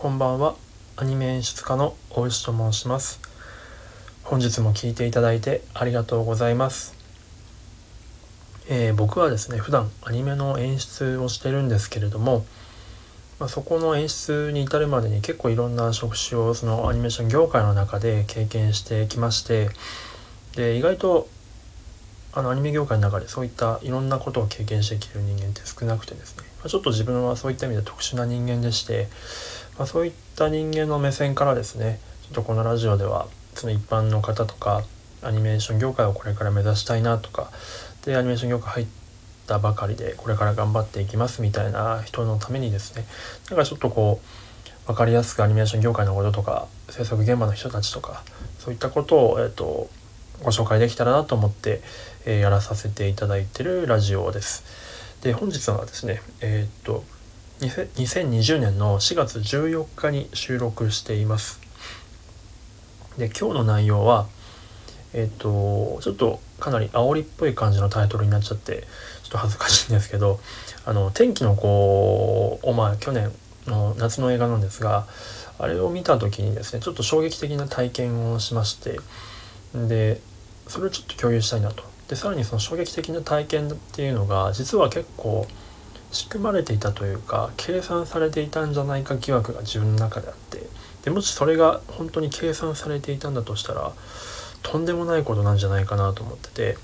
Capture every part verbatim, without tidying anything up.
こんばんは。アニメ演出家の大石と申します。本日も聞いていただいてありがとうございます。えー、僕はですね普段アニメの演出をしてるんですけれども、まあ、そこの演出に至るまでに結構いろんな職種をそのアニメーション業界の中で経験してきまして、で意外とあのアニメ業界の中でそういったいろんなことを経験してきている人間って少なくてですね、まあ、ちょっと自分はそういった意味で特殊な人間でして、まあ、そういった人間の目線からですねちょっとこのラジオではその一般の方とかアニメーション業界をこれから目指したいなとかでアニメーション業界入ったばかりでこれから頑張っていきますみたいな人のためにですね、なんかちょっとこう分かりやすくアニメーション業界のこととか制作現場の人たちとかそういったことを、えーと、ご紹介できたらなと思って、えー、やらさせていただいているラジオです。で本日はですねえっ、ー、とにせんにじゅうねんのしがつじゅうよっかに収録しています。で今日の内容はえっ、ー、とちょっとかなり煽りっぽい感じのタイトルになっちゃってちょっと恥ずかしいんですけど、あの天気の子をまあ去年の夏の映画なんですが、あれを見た時にですねちょっと衝撃的な体験をしまして、でそれをちょっと共有したいなと。でさらにその衝撃的な体験っていうのが実は結構仕組まれていたというか計算されていたんじゃないか疑惑が自分の中であって、でもしそれが本当に計算されていたんだとしたらとんでもないことなんじゃないかなと思ってて、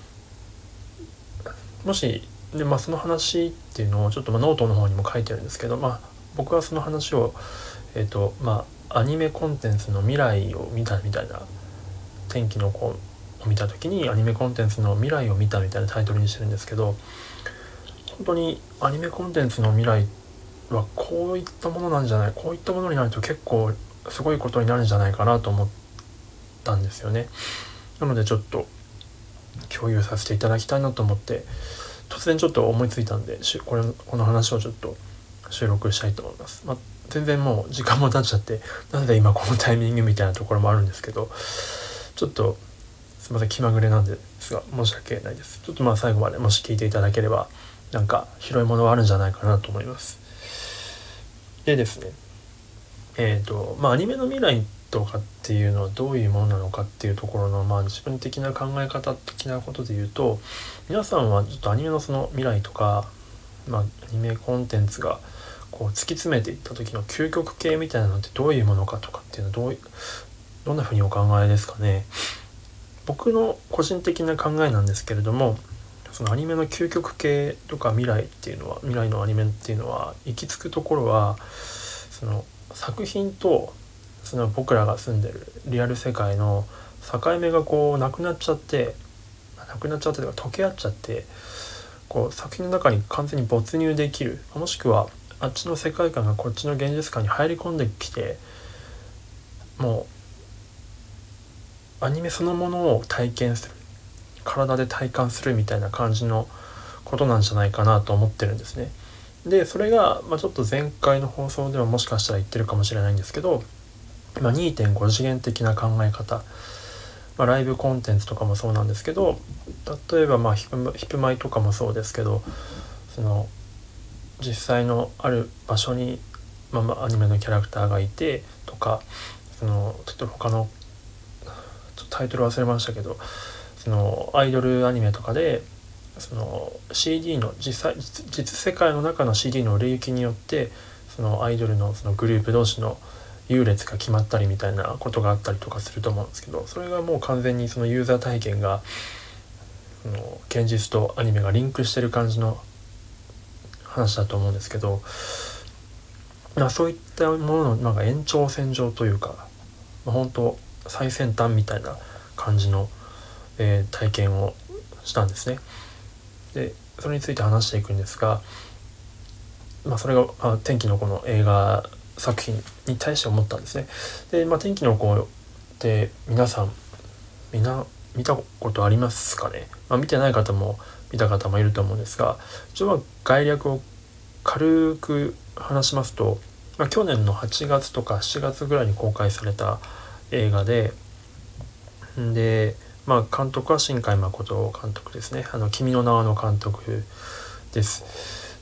もしで、まあ、その話っていうのをちょっとまあノートの方にも書いてるんですけど、まあ、僕はその話を、えーとまあ、アニメコンテンツの未来を見たみたいな、天気の子を見た時にアニメコンテンツの未来を見たみたいなタイトルにしてるんですけど、本当にアニメコンテンツの未来はこういったものなんじゃないこういったものになると結構すごいことになるんじゃないかなと思ったんですよね。なのでちょっと共有させていただきたいなと思って突然ちょっと思いついたんでこれこの話をちょっと収録したいと思います。まあ、全然もう時間も経っちゃってなんで今このタイミングみたいなところもあるんですけど、ちょっとすいません気まぐれなんですが申し訳ないです。ちょっとまあ最後までもし聞いていただければなんか広いものはあるんじゃないかなと思います。でですねえっ、ー、とまあアニメの未来とかっていうのはどういうものなのかっていうところのまあ自分的な考え方的なことで言うと、皆さんはちょっとアニメのその未来とか、まあ、アニメコンテンツがこう突き詰めていった時の究極系みたいなのってどういうものかとかっていうのはどういうどんなふうにお考えですかね。僕の個人的な考えなんですけれども、そのアニメの究極系とか未来っていうのは未来のアニメっていうのは行き着くところはその作品とその僕らが住んでるリアル世界の境目がこうなくなっちゃってなくなっちゃってとか溶け合っちゃって、こう作品の中に完全に没入できる、もしくはあっちの世界観がこっちの現実観に入り込んできて、もうアニメそのものを体験する、体で体感するみたいな感じのことなんじゃないかなと思ってるんですね。でそれが、まあ、ちょっと前回の放送ではもしかしたら言ってるかもしれないんですけど、まあ、にてんご 次元的な考え方、まあ、ライブコンテンツとかもそうなんですけど、例えばまあヒップ、ヒップマイとかもそうですけど、その実際のある場所に、まあ、まあアニメのキャラクターがいてとか、そのちょっと他のちょっとタイトル忘れましたけど、そのアイドルアニメとかでその シーディー の実際実世界の中の シーディー の売れ行きによってそのアイドルのそのグループ同士の優劣が決まったりみたいなことがあったりとかすると思うんですけど、それがもう完全にそのユーザー体験がその現実とアニメがリンクしてる感じの話だと思うんですけど、まあ、そういったもののなんか延長線上というか、まあ、本当最先端みたいな感じの、えー、体験をしたんですね。でそれについて話していくんですが、まあ、それが、まあ、天気の子の映画作品に対して思ったんですね。で、まあ、天気の子って皆さんみんな見たことありますかね。まあ、見てない方も見た方もいると思うんですが、一応概略を軽く話しますと、まあ、去年のはちがつとかしちがつぐらいに公開された映画で、で、まあ、監督は新海誠監督ですね。あの君の名はの監督です。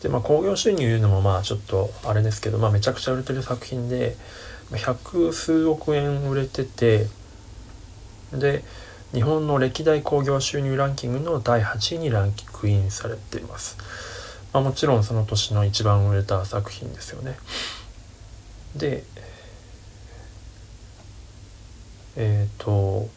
で、まあ、興行収入いうのもまあちょっとあれですけど、まあ、めちゃくちゃ売れてる作品で百数億円売れてて、で日本の歴代興行収入ランキングのだいはちいにランクインされています。まあ、もちろんその年の一番売れた作品ですよね。でえっ、ー、と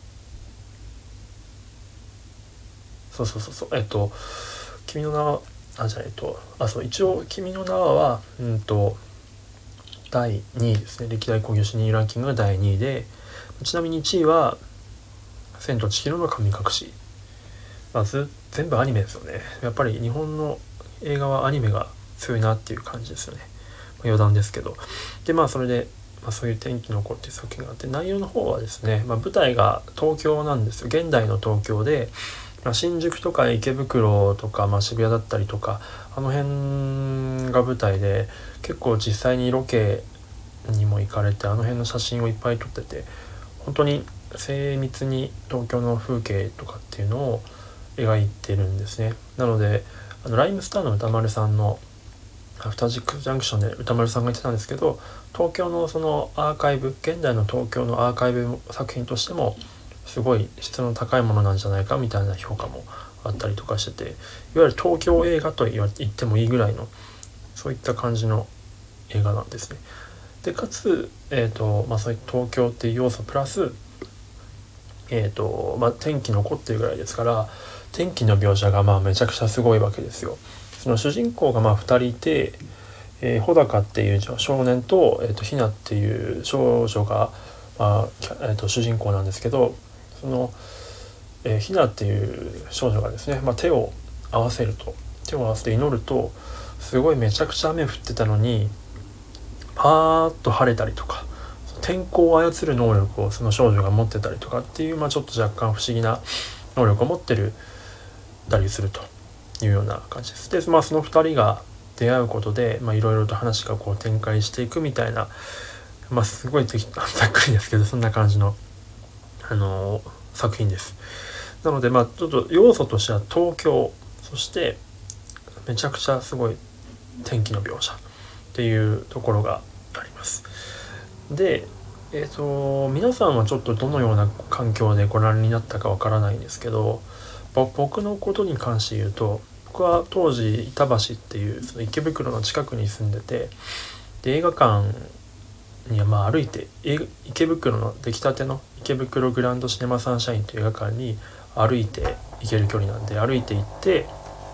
そうそうそうそうえっ、ー、と君の名はあじゃあえっ、ー、とあそう一応君の名はうんとだいにいですね。歴代興行収入ランキングがだいにいで、ちなみにいちいは千と千尋の神隠し、まず全部アニメですよね。やっぱり日本の映画はアニメが強いなっていう感じですよね。余談ですけど。でまあそれで、まあ、そういう天気の子っていう作品があって、内容の方はですね、まあ、舞台が東京なんですよ。現代の東京で、まあ、新宿とか池袋とか、まあ、渋谷だったりとか、あの辺が舞台で、結構実際にロケにも行かれて、あの辺の写真をいっぱい撮ってて、本当に精密に東京の風景とかっていうのを描いてるんですね。なのであのライムスターの歌丸さんのアフタージックジャンクションで歌丸さんが言ってたんですけど、東京のそのアーカイブ、現代の東京のアーカイブ作品としてもすごい質の高いものなんじゃないかみたいな評価もあったりとかしてて、いわゆる東京映画と言ってもいいぐらいのそういった感じの映画なんですね。でかつ、えーとまあ、そういう東京っていう要素プラス、えーとまあ、天気の子っていうぐらいですから、天気の描写がまあめちゃくちゃすごいわけですよ。その主人公がまあふたりいて、えー、穂高っていう少年と、えー、とひなっていう少女が、まあえー、と主人公なんですけど、その、えー、ひなっていう少女がですね、まあ、手を合わせると手を合わせて祈ると、すごいめちゃくちゃ雨降ってたのにパーッと晴れたりとか、天候を操る能力をその少女が持ってたりとかっていう、まあ、ちょっと若干不思議な能力を持ってるたりするというような感じです。で、まあ、そのふたりが出会うことでいろいろと話がこう展開していくみたいな、まあ、すごいざっくりですけどそんな感じの、あのー、作品です。なのでまあちょっと要素としては東京、そしてめちゃくちゃすごい天気の描写っていうところがあります。で、えーと、皆さんはちょっとどのような環境でご覧になったかわからないんですけど、僕のことに関して言うと、僕は当時板橋っていうその池袋の近くに住んでて、で映画館にはまあ歩いて、池袋の出来たての池袋グランドシネマサンシャインという映画館に歩いて行ける距離なんで、歩いて行って、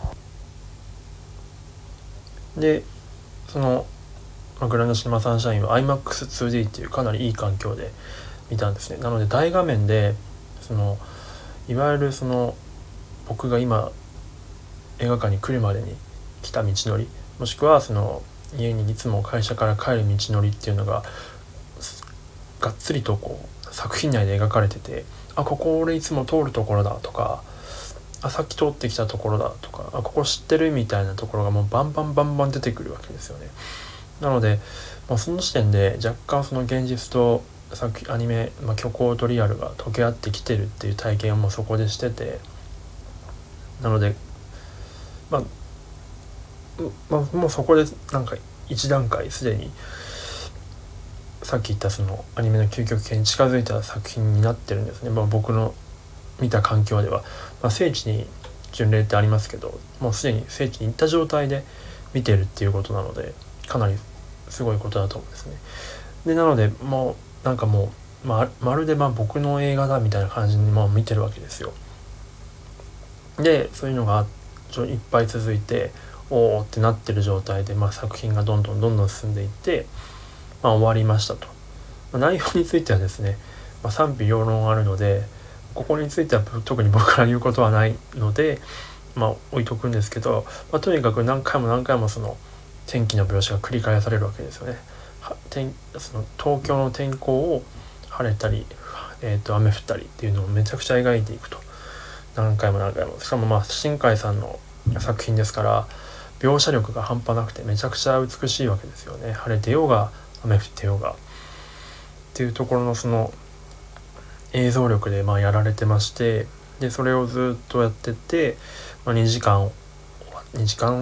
でそのグランドシネマサンシャインは アイマックスツーディー っていうかなりいい環境で見たんですね。なので大画面でそのいわゆるその僕が今映画館に来るまでに来た道のり、もしくはその家にいつも会社から帰る道のりっていうのががっつりとこう作品内で描かれてて、あ、ここ俺いつも通るところだとか、あ、さっき通ってきたところだとか、あ、ここ知ってるみたいなところがもうバンバンバンバン出てくるわけですよね。なので、まあ、その時点で若干その現実と作品アニメ、まあ、虚構とリアルが溶け合ってきてるっていう体験をもうそこでしてて、なので、まあ、まあ、もうそこでなんか一段階すでにさっき言ったそのアニメの究極形に近づいた作品になってるんですね。まあ、僕の見た環境では、まあ、聖地に巡礼ってありますけど、もうすでに聖地に行った状態で見てるっていうことなので、かなりすごいことだと思うんですね。でなのでもうなんかもう ま, まるでまあ僕の映画だみたいな感じにもう見てるわけですよ。でそういうのがいっぱい続いて、おーってなってる状態で、まあ、作品がどんどんどんどん進んでいって、まあ、終わりましたと。まあ、内容についてはですね、まあ、賛否両論あるので、ここについては特に僕から言うことはないので、まあ、置いとくんですけど、まあ、とにかく何回も何回もその天気の描写が繰り返されるわけですよね。天その東京の天候を晴れたり、えー、と雨降ったりっていうのをめちゃくちゃ描いていくと、何回も何回も。しかもまあ新海さんの作品ですから描写力が半端なくてめちゃくちゃ美しいわけですよね。晴れてようが雨降ってようがっていうところのその映像力でまあやられてまして、でそれをずっとやってて、まあ、にじかんにじかん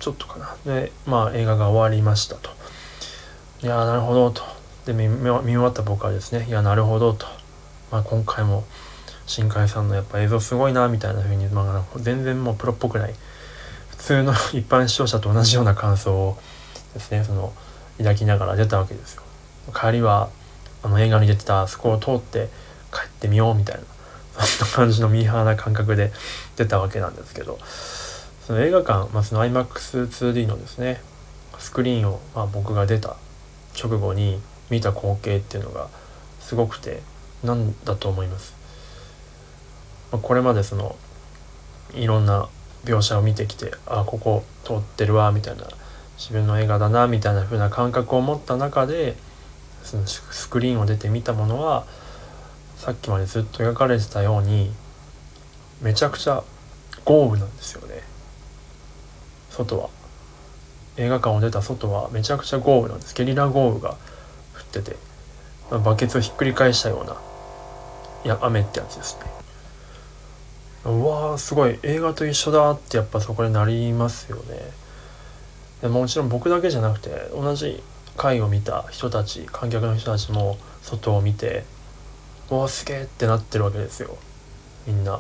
ちょっとかなで、まあ、映画が終わりましたと。いやーなるほどと。で 見, 見終わった僕はですね、いやなるほどと、まあ、今回も新海さんのやっぱ映像すごいなみたいな風に、まあ、全然もうプロっぽくない普通の一般視聴者と同じような感想をですねその抱きながら出たわけですよ。帰りはあの映画に出てたあそこを通って帰ってみようみたいなそんな感じのミーハーな感覚で出たわけなんですけど、その映画館、まあ、その アイマックスツーディー のですねスクリーンを、まあ、僕が出た直後に見た光景っていうのがすごくて、なんだと思います。まあ、これまでそのいろんな描写を見てきて、あここ通ってるわみたいな、自分の映画だなみたいな風な感覚を持った中でそのスクリーンを出て見たものは、さっきまでずっと描かれてたようにめちゃくちゃ豪雨なんですよね。外は映画館を出た外はめちゃくちゃ豪雨なんです。ゲリラ豪雨が降ってて、バケツをひっくり返したようないや雨ってやつですね。うわーすごい映画と一緒だってやっぱそこでなりますよね。でもちろん僕だけじゃなくて同じ回を見た人たち、観客の人たちも外を見ておーすげーってなってるわけですよ、みんな。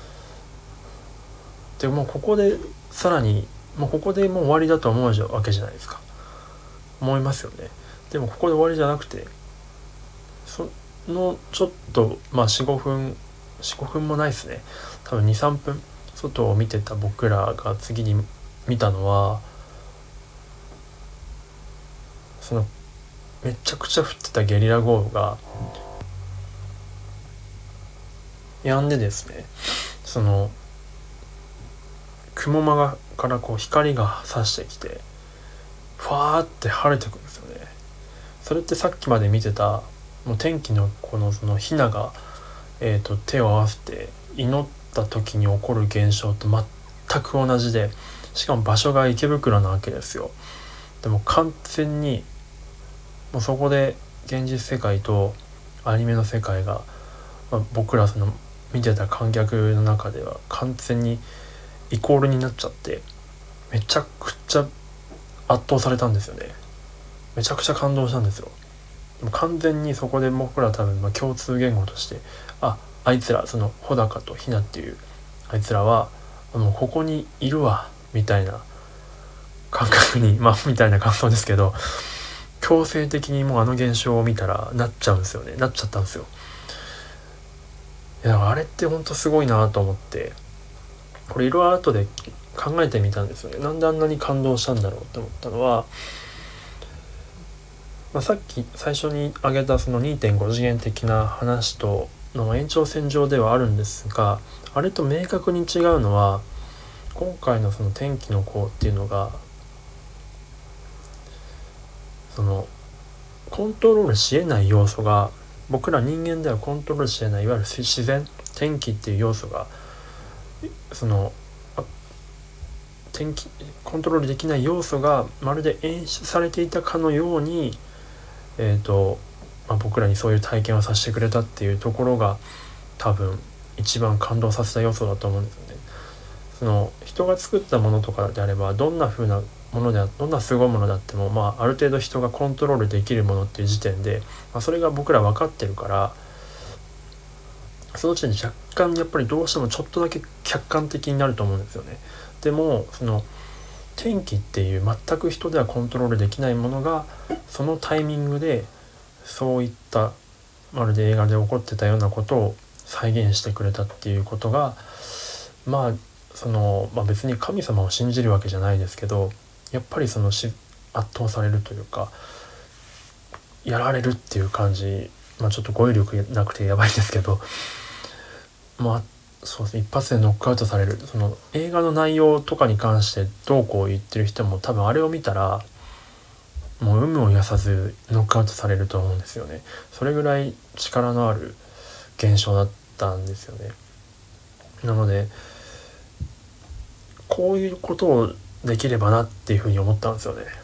でもうここでさらにもうここでもう終わりだと思うわけじゃないですか、思いますよね。でもここで終わりじゃなくて、そのちょっとまあ よん,ご 分よん,ご 分もないですね、多分 に,さん 分外を見てた僕らが次に見たのは、そのめちゃくちゃ降ってたゲリラ豪雨が止んでですね、その雲間がからこう光が差してきてファーって晴れてくるんですよね。それってさっきまで見てたもう天気のこのそのヒナが、えー、と手を合わせて祈った時に起こる現象と全く同じで、しかも場所が池袋なわけですよ。でも完全にもうそこで現実世界とアニメの世界が、まあ、僕らその見てた観客の中では完全にイコールになっちゃって、めちゃくちゃ圧倒されたんですよね。めちゃくちゃ感動したんですよ。でも完全にそこで僕ら多分まあ共通言語として、ああいつらその穂高とひなっていうあいつらはもうここにいるわみたいな感覚にまあみたいな感想ですけど、強制的にもうあの現象を見たらなっちゃうんですよね。なっちゃったんですよ。いやあれってほんとすごいなと思って、これいろいろ後で考えてみたんですよね。なんであんなに感動したんだろうって思ったのは、まあ、さっき最初に挙げたその にてんご 次元的な話との延長線上ではあるんですが、あれと明確に違うのは今回のその天気の子っていうのがそのコントロールし得ない要素が、僕ら人間ではコントロールし得ないいわゆる自然天気っていう要素がその天気コントロールできない要素がまるで演出されていたかのように、えーとまあ、僕らにそういう体験をさせてくれたっていうところが多分一番感動させた要素だと思うんですよね。その人が作ったものとかであればどんな風なものであどんなすごいものであっても、まあ、ある程度人がコントロールできるものっていう時点で、まあ、それが僕ら分かってるから、その時点で若干やっぱりどうしてもちょっとだけ客観的になると思うんですよね。でもその天気っていう全く人ではコントロールできないものがそのタイミングでそういったまるで映画で起こってたようなことを再現してくれたっていうことが、まあその、まあ、別に神様を信じるわけじゃないですけど、やっぱりそのし圧倒されるというかやられるっていう感じ、まあ、ちょっと語彙力なくてやばいですけど、まあそうですね、一発でノックアウトされる。その映画の内容とかに関してどうこう言ってる人も多分あれを見たらもう有無を言さずノックアウトされると思うんですよね。それぐらい力のある現象だったんですよね。なのでこういうことをできればなっていうふうに思ったんですよね。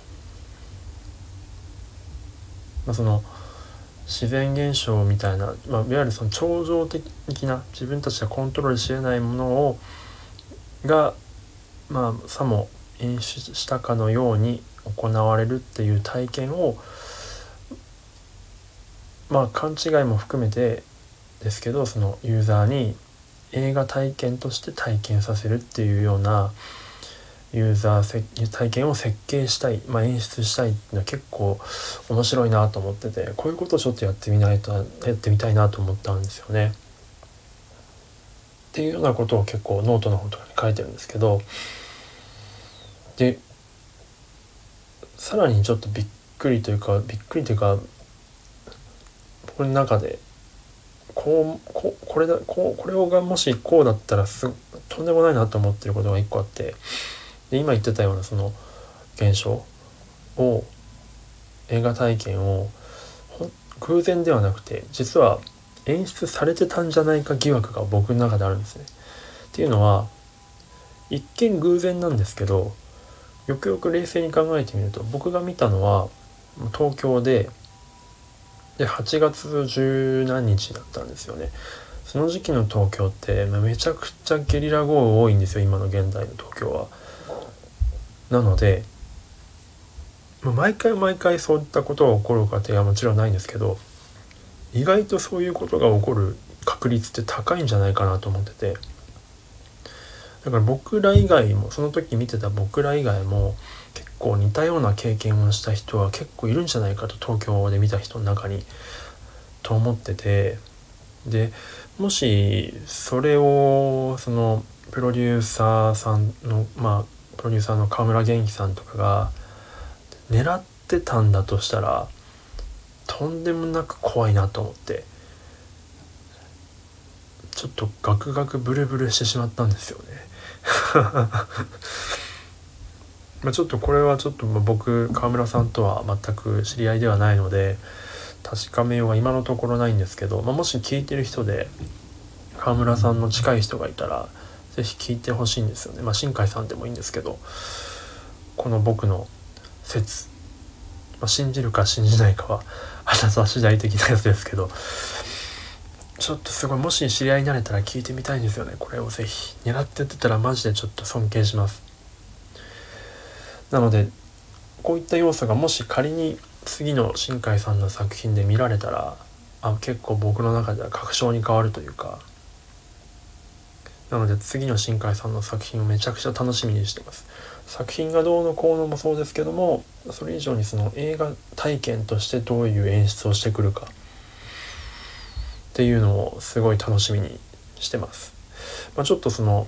まあ、その自然現象みたいな、まあ、いわゆるその超常的な自分たちがコントロールし得ないものをが、まあ、さも演出したかのように行われるっていう体験を、まあ勘違いも含めてですけど、そのユーザーに映画体験として体験させるっていうようなユーザー体験を設計したい、まあ、演出したいっていうのは結構面白いなと思ってて、こういうことをちょっとやってみないとやってみたいなと思ったんですよね。っていうようなことを結構ノートの方とかに書いてるんですけど、でさらにちょっとびっくりというかびっくりというか僕の中でこうここれだこうこれがもしこうだったらすとんでもないなと思ってることが一個あって、で今言ってたようなその現象を映画体験を偶然ではなくて実は演出されてたんじゃないか疑惑が僕の中であるんですね。っていうのは一見偶然なんですけど、よくよく冷静に考えてみると、僕が見たのは東京でではちがつ十何日だったんですよね。その時期の東京ってめちゃくちゃゲリラ豪雨多いんですよ、今の現代の東京は。なので毎回毎回そういったことが起こる過程はもちろんないんですけど、意外とそういうことが起こる確率って高いんじゃないかなと思ってて、だから僕ら以外もその時見てた僕ら以外も結構似たような経験をした人は結構いるんじゃないかと、東京で見た人の中にと思ってて、でもしそれをそのプロデューサーさんのまあプロデューサーの川村元気さんとかが狙ってたんだとしたらとんでもなく怖いなと思って、ちょっとガクガクブルブルしてしまったんですよねまあちょっとこれはちょっと僕川村さんとは全く知り合いではないので確かめようが今のところないんですけど、まあ、もし聞いてる人で川村さんの近い人がいたらぜひ聞いてほしいんですよね。まあ新海さんでもいいんですけど、この僕の説、まあ、信じるか信じないかはあなた次第的なやつですけど、ちょっとすごいもし知り合いになれたら聞いてみたいんですよね。これをぜひ狙ってってたらマジでちょっと尊敬します。なのでこういった要素がもし仮に次の新海さんの作品で見られたらあ結構僕の中では確証に変わるというか、なので次の新海さんの作品をめちゃくちゃ楽しみにしてます。作品がどうのこうのもそうですけども、それ以上にその映画体験としてどういう演出をしてくるかっていうのをすごい楽しみにしてます。まあ、ちょっとその、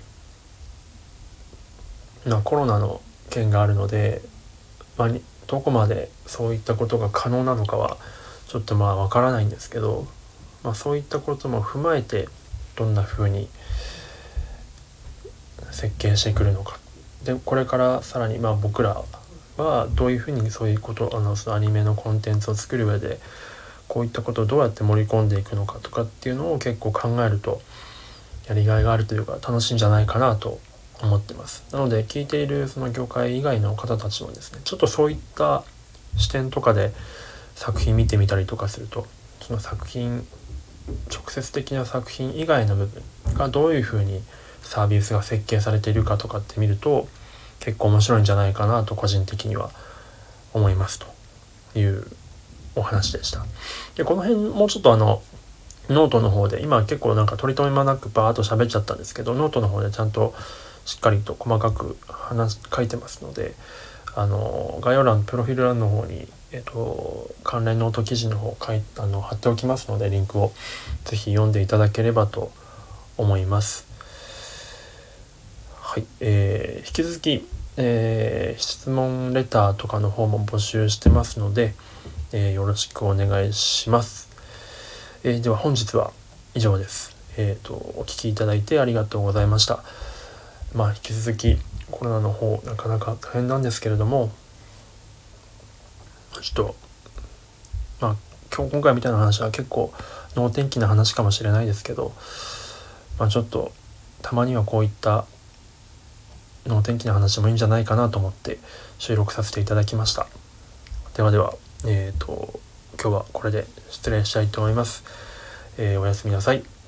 まあ、コロナの件があるので、まあ、どこまでそういったことが可能なのかはちょっとまあわからないんですけど、まあ、そういったことも踏まえてどんな風に設計してくるのか、でこれからさらにまあ僕らはどういう風にそういうことあのそのアニメのコンテンツを作る上でこういったことをどうやって盛り込んでいくのかとかっていうのを結構考えるとやりがいがあるというか楽しいんじゃないかなと思ってます。なので聞いているその業界以外の方たちもですね、ちょっとそういった視点とかで作品見てみたりとかすると、その作品直接的な作品以外の部分がどういう風にサービスが設計されているかとかって見ると結構面白いんじゃないかなと個人的には思いますというお話でした。でこの辺もうちょっとあのノートの方で今結構なんか取り留めもなくバーッと喋っちゃったんですけど、ノートの方でちゃんとしっかりと細かく話書いてますので、あの概要欄プロフィール欄の方に、えっと、関連ノート記事の方書いあの貼っておきますので、リンクをぜひ読んでいただければと思います。はい、えー、引き続き、えー、質問レターとかの方も募集してますので、えー、よろしくお願いします。えー、では本日は以上です。えーと、お聞きいただいてありがとうございました。まあ引き続きコロナの方なかなか大変なんですけれども、ちょっとまあ今日今回みたいな話は結構能天気な話かもしれないですけど、まあちょっとたまにはこういった能天気な話もいいんじゃないかなと思って収録させていただきました。ではでは、えーと今日はこれで失礼したいと思います。えー、おやすみなさい。